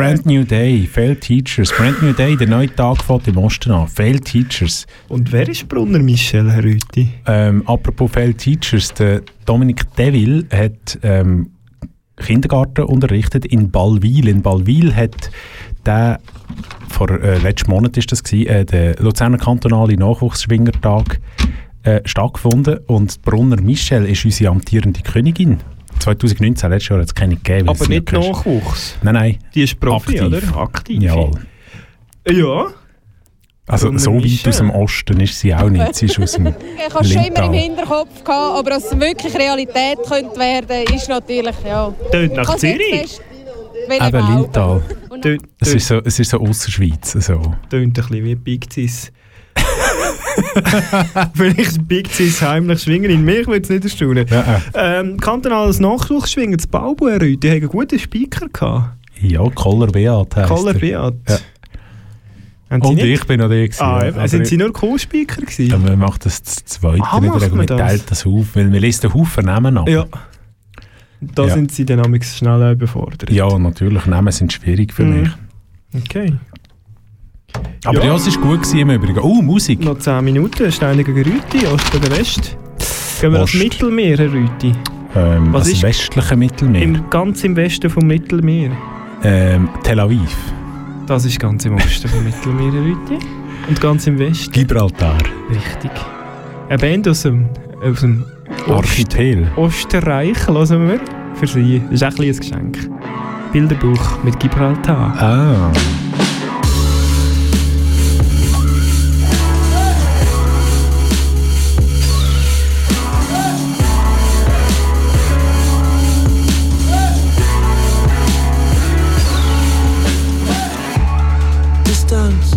Brand New Day, Failed Teachers. Brand New Day, der neue Tag fängt im Osten an. Failed Teachers. Und wer ist Brunner Michel, Herr Rüthi? Ähm, apropos Failed Teachers, der Dominic Deville hat ähm, Kindergarten unterrichtet in Ballwil. In Ballwil hat der, vor äh, letzten Monat ist das gewesen, äh, der Luzerner kantonale Nachwuchsschwingertag äh, stattgefunden und Brunner Michel ist unsere amtierende Königin. zwanzig neunzehn, letztes Jahr hat es keine gegeben. Aber nicht Nachwuchs? Nein, nein. Die ist Profi, aktiv. oder? Aktiv. Jawohl. Ja. Also Brunner so weit Michel. aus dem Osten ist sie auch nicht. Sie ist aus dem Ich habe es schon immer im Lintal. Hinterkopf gehabt, aber dass es wirklich Realität könnte werden, ist natürlich, ja. Tönt nach Ich kann es jetzt Zürich. fest- wollen Eben behaupten. Lintal. Tönt, Es ist so, es ist so Ausserschweiz. So. tönt ein bisschen wie Big Cis. Vielleicht Big Cis heimlich schwingen in mich, würde es nicht erstaunen. Ja, Ähm, kantonales Nachwuchsschwingen, das Baubuer, die haben einen guten Speaker gehabt. ja, Koller Beat heisst Koller er. Beat. Ja. Haben Sie Und nicht? ich bin noch der gewesen. Ah, ja. eben. Aber Sind ich- Sie nur Co-Speaker gewesen? Ja, man macht das zu zweit Ah, nicht, macht man man das? teilt das auf, weil man liest den Haufen Namen ab. Ja. Da Ja. sind Sie dann manchmal schnell überfordert. Ja, natürlich, Namen sind schwierig für Mhm. mich. Okay. Aber ja, Ja. es war gut gewesen im Übrigen. Oh, Musik. Noch zehn Minuten, Steine gegen Rüti, Ost gegen West. Gehen wir Ost. ans Mittelmeer, Herr Rüti. Ähm, Was das ist- westliche Mittelmeer. Im, ganz im Westen vom Mittelmeer. Ähm, Tel Aviv. Das ist ganz im Osten vom Mittelmeer, Herr Rüti. Und ganz im Westen. Gibraltar. Richtig. Eine Band aus dem, aus dem Archipel. Osterreich, hören wir. Für Sie. Das ist auch ein bisschen ein Geschenk. Bilderbuch mit Gibraltar. Ah. Distance,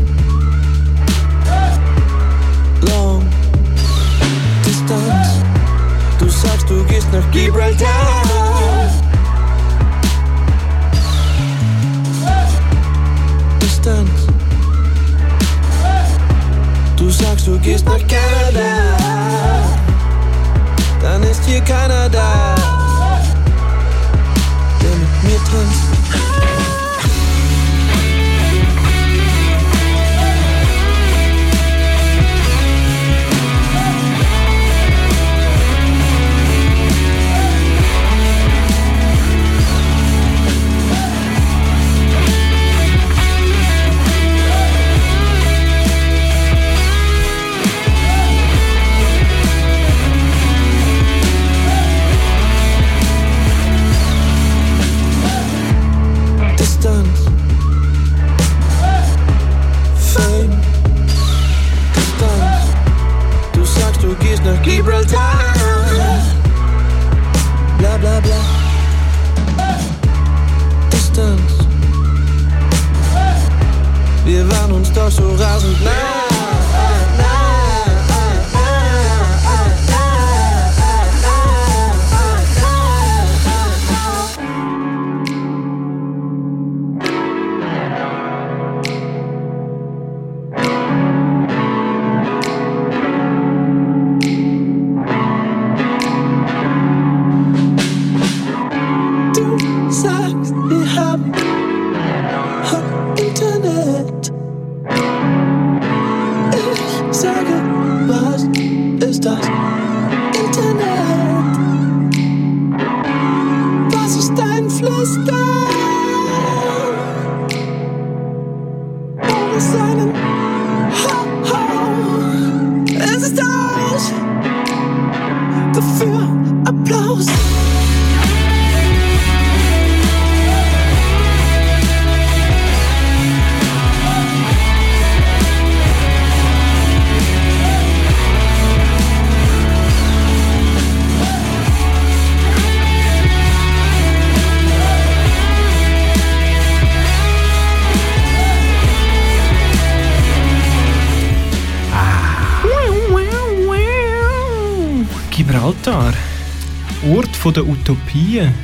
long distance. Du sagst, du gehst nach Gibraltar. Distance. Du sagst, du gehst nach Kanada. Dann ist hier keiner da, der mit mir tanzt. Distance, Fame, Distance. Du sagst, du gehst nach Gibraltar. Bla bla bla. Distance. Wir waren uns doch so rasend nah. Du sagst, wir haben Internet. Ich sage, was ist das Internet? Was ist dein Flüstern? Ohne seinen Hau. Es ist aus. Dafür Applaus. Gibraltar. Ort von der Utopien.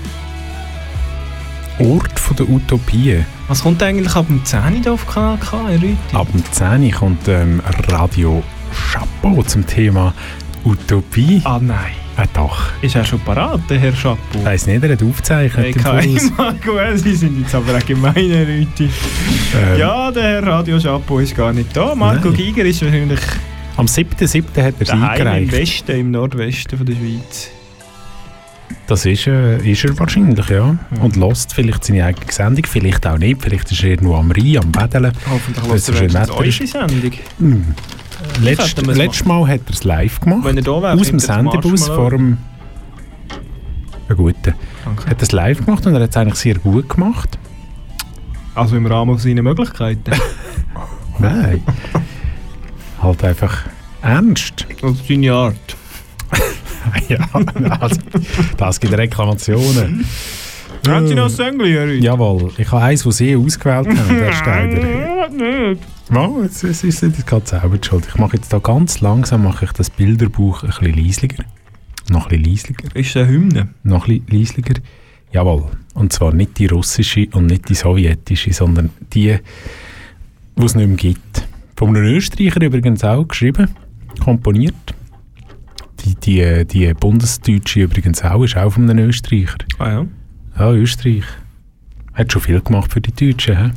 Ort von der Utopie. Was kommt eigentlich ab dem zehn Uhr auf Kanal K, Herr Rüthi? Ab dem zehn Uhr kommt ähm, Radio Chapeau zum Thema Utopie? Ah nein. Ah doch. Ist er schon parat, der Herr Chapeau? Ich weiss nicht, er hat aufgezeichnet. Hey, im kein Voraus. Marco, Sie sind jetzt aber auch gemeine Leute. Ähm. Ja, der Herr Radio Chapeau ist gar nicht da. Marco Nein. Giger ist wahrscheinlich Am siebten siebten hat er sie daheim im eingereicht. Westen, im Nordwesten von der Schweiz. Das ist, äh, ist er wahrscheinlich, ja. Und lässt vielleicht seine eigene Sendung, vielleicht auch nicht. Vielleicht ist er irgendwo am Rhein, am Bädeln. Hoffentlich Weil es lässt er schön wenigstens Wetter ist. eure Sendung. Hm. Letzt, hätten wir es letztes Mal hat er es live gemacht. Wenn er da wäre, aus dem kommt er zum Sendebus Marshmallow. vor dem... Ja, gut. Er hat es live gemacht und er hat es eigentlich sehr gut gemacht. Also im Rahmen seiner Möglichkeiten. Nein. Halt einfach ernst. Also seine Art. Ja, also, das gibt Reklamationen. Haben Sie noch ein Sängli, Herr Rüthi? Jawohl, ich habe eins, das Sie ausgewählt haben, Herr Steiner. Nicht. Oh, es ist, es ist gerade selber die Schuld. Ich mache jetzt da ganz langsam mache ich das Bilderbuch ein bisschen leisliger. Noch ein bisschen leisliger. Ist das eine Hymne? Noch ein bisschen leisliger. Jawohl. Und zwar nicht die russische und nicht die sowjetische, sondern die, die es nicht mehr gibt. Von einem Österreicher übrigens auch geschrieben, komponiert. Die, die, die Bundesdeutsche übrigens auch, ist auch von einem Österreicher. Ah ja? Ja, Österreich. Hat schon viel gemacht für die Deutschen, hä?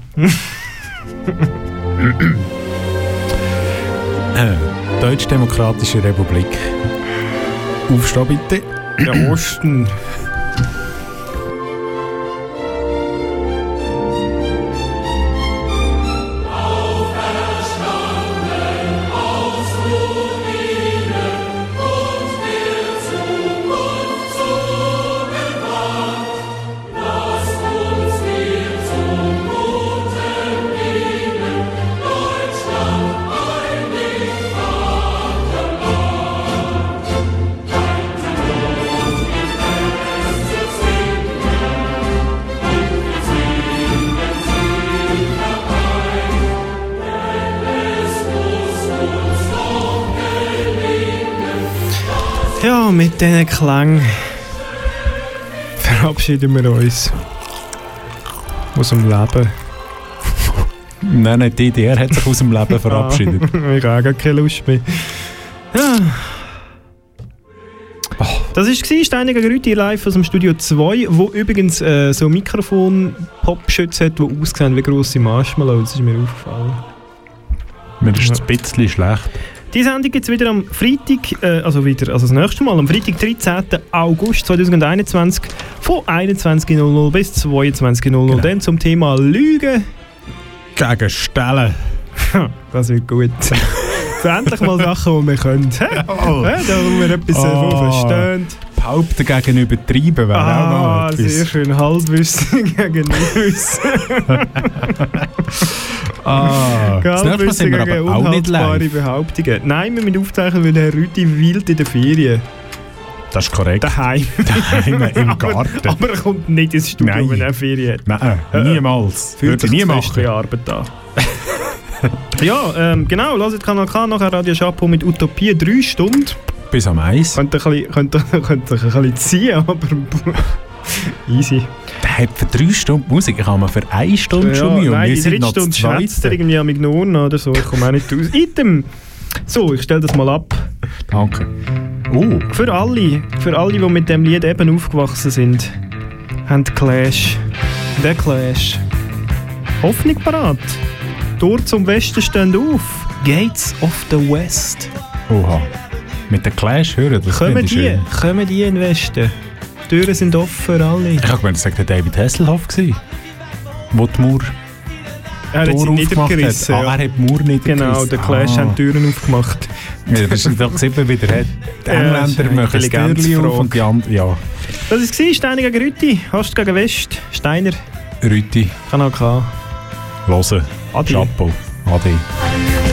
äh, Deutsch-Demokratische Republik. Aufstehen bitte. Der Osten. Ja, mit diesen Klängen verabschieden wir uns aus dem Leben. Nein, nein, die D D R hat sich aus dem Leben verabschiedet. Ah, ich habe auch gar keine Lust mehr. Ja. Das war Steiner gegen Rüthi live aus dem Studio zwei, wo übrigens äh, so Mikrofon-Popschütze hat, die aussehen wie grosse Marshmallows. Das ist mir aufgefallen. Mir ist ein bisschen schlecht. Die Sendung gibt es wieder am Freitag, äh, also wieder, also das nächste Mal, am Freitag, dreizehnten August zweitausendeinundzwanzig von einundzwanzig Uhr null null bis zweiundzwanzig Uhr null null. Genau. Dann zum Thema Lügen gegen Stellen. Das wird gut. So endlich mal Sachen, die wir können. Oh. Ja, da wo wir etwas oh. verstehen. Behaupten gegen übertreiben wäre ah, auch mal etwas. Sehr schön, Halbwissen gegen Nichtwissen. ah, das nächste Mal sind wir aber auch nicht live. Behauptungen. Nein, wir müssen aufzeichnen, weil Herr Rüthi wild in den Ferien. Das ist korrekt. Daheim. Daheim im Garten. Aber, aber er kommt nicht ins Studio, Nein. wenn er Ferien hat. Nein, äh, niemals. Würde ich nie machen. Arbeit an. Ja, ähm, genau. Hört Kanal K, nachher Radio Chapeau mit Utopie. Drei Stunden. Bis am Eis. Könnte ein bisschen, könnte, könnte ein bisschen ziehen, aber easy. Der hat für drei Stunden Musik, ich habe mal für eine Stunde ja, schon Mühe. Nein, die dritte Stunde schwätzt er irgendwie am Ignoren oder so. Ich komme auch nicht raus. Item! So, ich stelle das mal ab. Danke. Oh. Für alle, für alle, die mit dem Lied eben aufgewachsen sind, haben Clash, der Clash, Hoffnung parat. Tor zum Westen stehen auf. Gates of the West. Oha. Mit der Clash hören, das kommen die, schön. Kommen die in den Westen. Die Türen sind offen für alle. Ich habe gemeint, das war David Hasselhoff, wo die Mauer er hat sie niedergerissen. Ah, er hat die Mauer niedergerissen. Genau, der Clash ah. hat die Türen aufgemacht. Ja, das ist doch eben wieder. Die Engländer ja, machen das Türchen auf und die anderen, ja. Das war Steiner gegen Rüthi, Ost gegen West, Steiner. Rüthi. Kanal K. Hören. Ade. Chapeau. Ade.